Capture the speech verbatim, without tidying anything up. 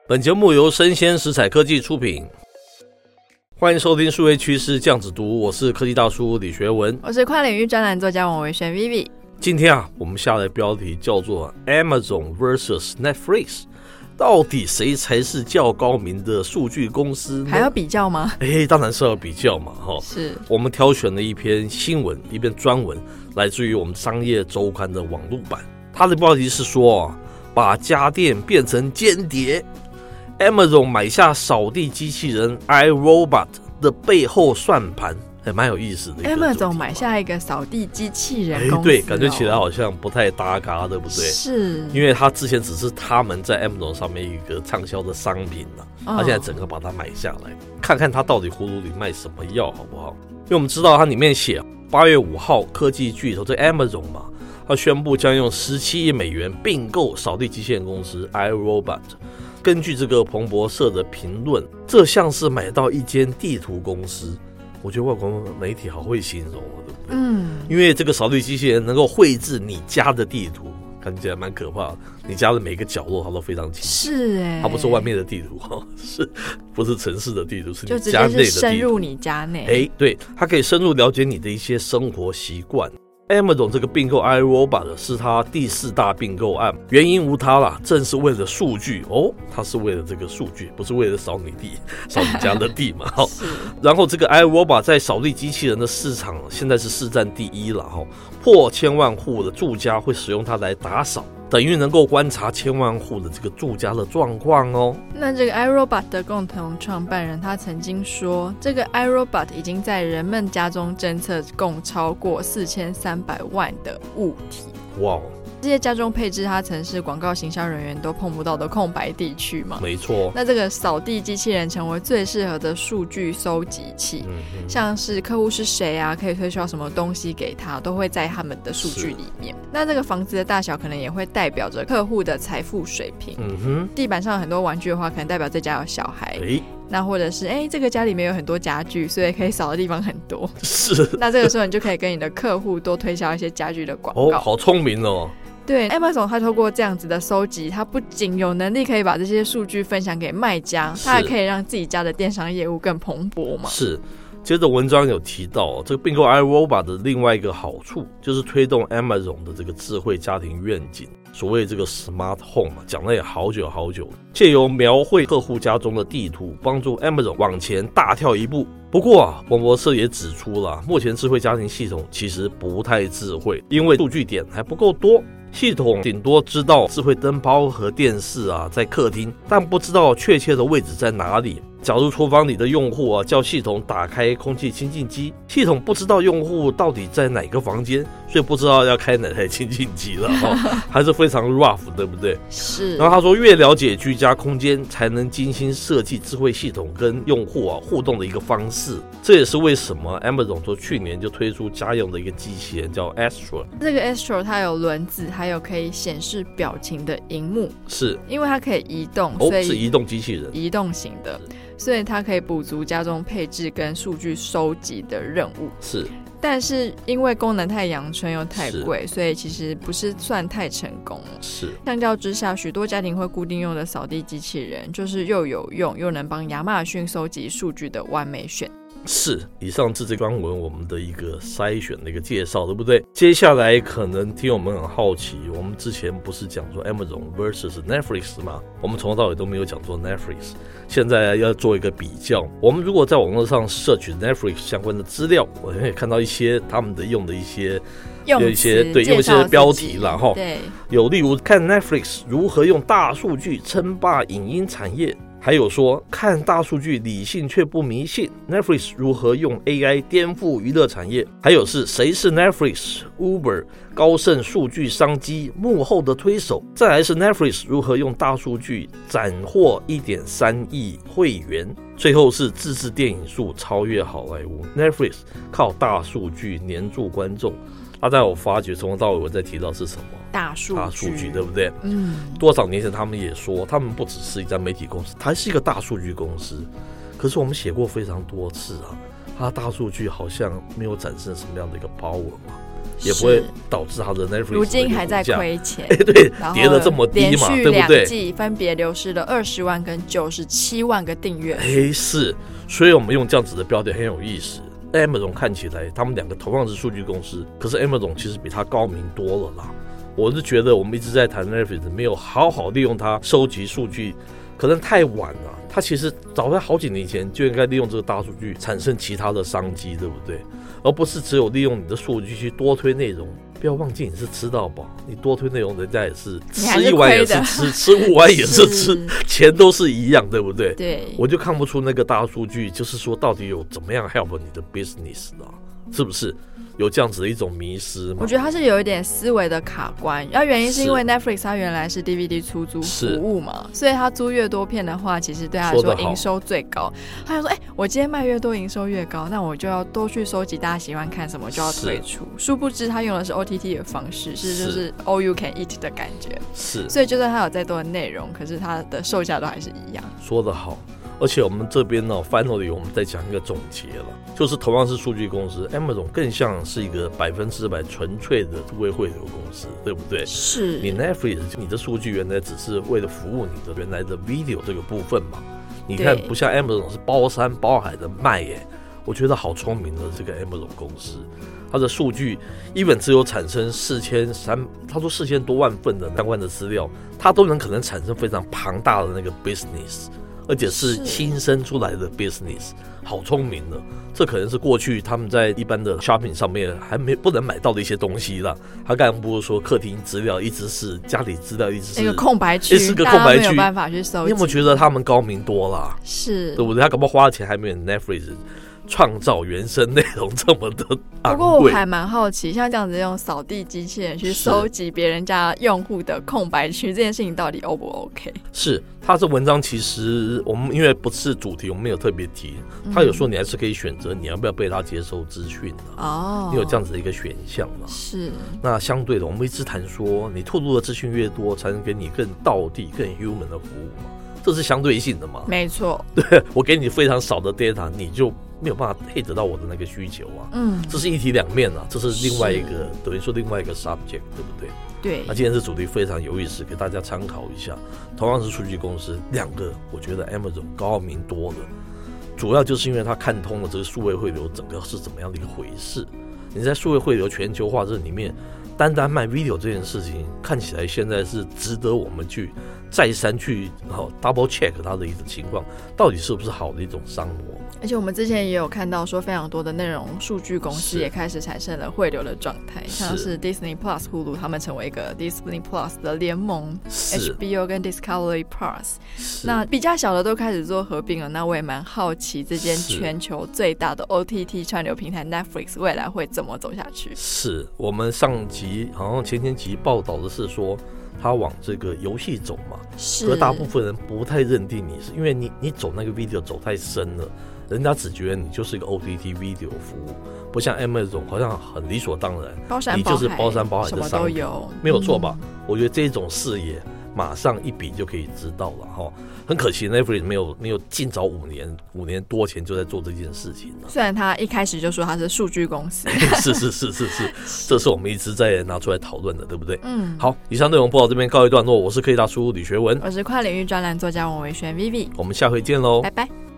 本节目由生鲜食材科技出品，欢迎收听数位趋势酱子读，我是科技大叔李学文， 我是跨领域专栏作家王维轩 Vivi。 今天啊，我们下的标题叫做 Amazon versus Netflix， 到底谁才是较高明的数据公司呢？ 还要比较吗？ 哎，当然是要比较嘛。 是我们挑选了一篇新闻，一篇专文，来自于我们商业周刊的网络版。它的标题是说啊，把家电变成间谍， Amazon 买下扫地机器人 iRobot 的背后算盘，还蛮有意思的。 Amazon 买下一个扫地机器人公司、哦、 对，感觉起来好像不太搭嘎，对不对？ 是， 因为它之前只是他们在 Amazon 上面一个畅销的商品啊，他、哦、现在整个把它买下来，看看它到底葫芦里卖什么药好不好？因为我们知道它里面写八月五号科技巨头这 Amazon 嘛，他宣布将用十七亿美元并购扫地机器人公司 iRobot。根据这个彭博社的评论，这像是买到一间地图公司。我觉得外国媒体好会形容，对不对？嗯，因为这个扫地机器人能够绘制你家的地图，看起来蛮可怕的。你家的每个角落它都非常清楚。 是哎、欸， 它不是外面的地图，是不是城市的地图？是你家内的地图，就直接是深入你家内。 哎，对，它可以深入了解你的一些生活习惯。Amazon 这个并购 iRobot 是它第四大并购案，原因无他啦，正是为了数据哦，它是为了这个数据，不是为了扫你地，扫你家的地嘛。然后这个 iRobot 在扫地机器人的市场现在是市占第一了，破千万户的住家会使用它来打扫，等于能够观察千万户的这个住家的状况哦。 那这个 iRobot 的共同创办人他曾经说，这个 iRobot 已经在人们家中侦测共超过四千三百万的物体。哇、wow，这些家中配置它曾是广告行销人员都碰不到的空白地区嘛？ 没错。那这个扫地机器人成为最适合的数据收集器、嗯、像是客户是谁啊，可以推销什么东西给他，都会在他们的数据里面。那这个房子的大小可能也会代表着客户的财富水平、嗯、哼，地板上有很多玩具的话，可能代表这家有小孩、欸，那或者是哎，这个家里面有很多家具，所以可以扫的地方很多。是。那这个时候你就可以跟你的客户多推销一些家具的广告。 哦，好聪明哦。 对 ，Amazon 它透过这样子的搜集，它不仅有能力可以把这些数据分享给卖家，它还可以让自己家的电商业务更蓬勃嘛。 是。接着文章有提到，这个并购 iRobot 的另外一个好处就是推动 Amazon 的这个智慧家庭愿景，所谓这个 Smart Home 讲了也好久好久，借由描绘客户家中的地图，帮助 Amazon 往前大跳一步。不过啊，彭博社也指出了，目前智慧家庭系统其实不太智慧，因为数据点还不够多。系统顶多知道智慧灯泡和电视啊在客厅，但不知道确切的位置在哪里。假如厨房里的用户啊叫系统打开空气清净机，系统不知道用户到底在哪个房间，所以不知道要开哪台清净机了、哦、还是非常 rough， 对不对？ 是。 然后他说，越了解居家空间，才能精心设计智慧系统跟用户啊互动的一个方式。这也是为什么 Amazon 说去年就推出家用的一个机器人叫 Astro。 这个 Astro 它有轮子，还有可以显示表情的萤幕。 是。因为它可以移动， 哦， 所以是移动机器人， 移动型的。所以它可以补足家中配置跟数据收集的任务。 是。 但是因为功能太阳春又太贵，所以其实不是算太成功。 是。相较之下，许多家庭会固定用的扫地机器人，就是又有用又能帮亚马逊收集数据的完美选。 是，以上是这篇文我们的一个筛选的一个介绍，对不对？接下来可能听友们很好奇，我们之前不是讲说 Amazon versus Netflix 吗？我们从头到尾都没有讲做 Netflix， 现在要做一个比较。我们如果在网络上摄取 Netflix 相关的资料，我可以看到一些他们的用的一些用一些对用一些标题啦齁， 对， 有例如看 Netflix 如何用大数据称霸影音产业。还有说看大数据理性却不迷信， Netflix 如何用 A I 颠覆娱乐产业。还有是谁是 Netflix Uber 高盛数据商机幕后的推手。再来是 Netflix 如何用大数据斩获 一点三亿会员。最后是自制电影数超越好莱坞， Netflix 靠大数据黏住观众。他在我发觉从头到尾我在提到是什么大数据， 大数据对不对？ 嗯， 多少年前他们也说，他们不只是一家媒体公司，它还是一个大数据公司。可是我们写过非常多次啊，它大数据好像没有展示什么样的一个 power 嘛。 也不会导致它的 Netflix 如今还在亏钱。 哎，对，跌得这么低嘛，对不对？ 连续两季分别流失了二十万跟九十七万个订阅。 哎，是，所以我们用这样子的标点很有意思。Amazon 看起来他们两个同样是数据公司，可是 Amazon 其实比它高明多了啦。我是觉得我们一直在谈 Netflix 没有好好利用它收集数据，可能太晚了。它其实早在好几年前就应该利用这个大数据产生其他的商机，对不对？而不是只有利用你的数据去多推内容。不要忘记你是吃到饱，你多推内容，人家也是吃一碗也是吃，吃五碗也是吃，钱都是一样，对不对？ 对， 我就看不出那个大数据，就是说到底有怎么样 help 你的 business 啊？是不是？有这样子的一种迷思吗？ 我觉得它是有一点思维的卡关，要原因是因为 Netflix 它原来是 D V D 出租服务嘛，所以它租越多片的话，其实对它来说营收最高。他就说，哎、欸，我今天卖越多，营收越高，那我就要多去收集大家喜欢看什么，就要推出。殊不知他用的是 O T T 的方式，是就是 all you can eat 的感觉。 是， 所以就算它有再多的内容，可是它的售价都还是一样。 说得好。而且我们这边呢 ，finally 我们再讲一个总结了，就是同样是数据公司 ，Amazon 更像是一个百分之百纯粹的数位汇流公司，对不对？ 是。 你 Netflix 你的数据原来只是为了服务你的原来的 video 这个部分嘛？你看不像 Amazon 是包山包海的卖耶，我觉得好聪明的这个 Amazon 公司，它的数据一本只有产生四千三，他说四千多万份的相关的资料，它都能可能产生非常庞大的那个 business。而且是新生出来的 business， 好聪明的。这可能是过去他们在一般的 shopping 上面还没不能买到的一些东西啦。他刚刚不是说客厅资料一直是家里资料一直是一个空白区， 是个空白区， 没有办法去搜集。 你有没有觉得他们高明多啦？ 是， 对不对？他搞不好花的钱还没有 Netflix创造原生内容这么的昂贵。 不过我还蛮好奇，像这样子用扫地机器人去收集别人家用户的空白区，这件事情到底 O 不 OK？ 是，他这文章其实我们因为不是主题，我们没有特别提。他有说你还是可以选择你要不要被他接收资讯的哦，你有这样子的一个选项嘛？ 是。那相对的，我们一直谈说，你透露的资讯越多，才能给你更道地、更 human 的服务嘛。这是相对性的嘛？ 没错。 对，我给你非常少的 data， 你就没有办法配得到我的那个需求啊。嗯，这是一体两面啊，这是另外一个等于说另外一个 subject， 对不对？ 对。 那今天这主题非常有意思，给大家参考一下。同样是数据公司，两个我觉得 Amazon 高明多了，主要就是因为他看通了这个数位汇流整个是怎么样的一个回事。你在数位汇流全球化这里面，单单卖 video 这件事情，看起来现在是值得我们去再三去、哦、double check 它的一个情况，到底是不是好的一种商模。 而且我们之前也有看到说，非常多的内容数据公司也开始产生了汇流的状态，像是 Disney Plus、Hulu 他们成为一个 Disney Plus 的联盟 ，H B O 跟 Discovery Plus， 那比较小的都开始做合并了。那我也蛮好奇，这间全球最大的 O T T 串流平台 Netflix 未来会怎么走下去？是我们上集好像前天集报道的是说，他往这个游戏走嘛，可大部分人不太认定你是，因为你你走那个 video 走太深了。人家只觉得你就是一个 O T T video 服务，不像 Amazon 好像很理所当然， 包山包海， 你就是包山包海的商品，什么都有，没有错吧？嗯、我觉得这种视野马上一比就可以知道了哈。很可惜 Netflix 没有没有尽早五年五年多前就在做这件事情了。 虽然他一开始就说他是数据公司， 是是是是是，这是我们一直在拿出来讨论的，对不对？嗯。好，以上内容播到这边告一段落，我是科技大叔李学文， 我是跨领域专栏作家王维轩 Vivi， 我们下回见喽， 拜拜。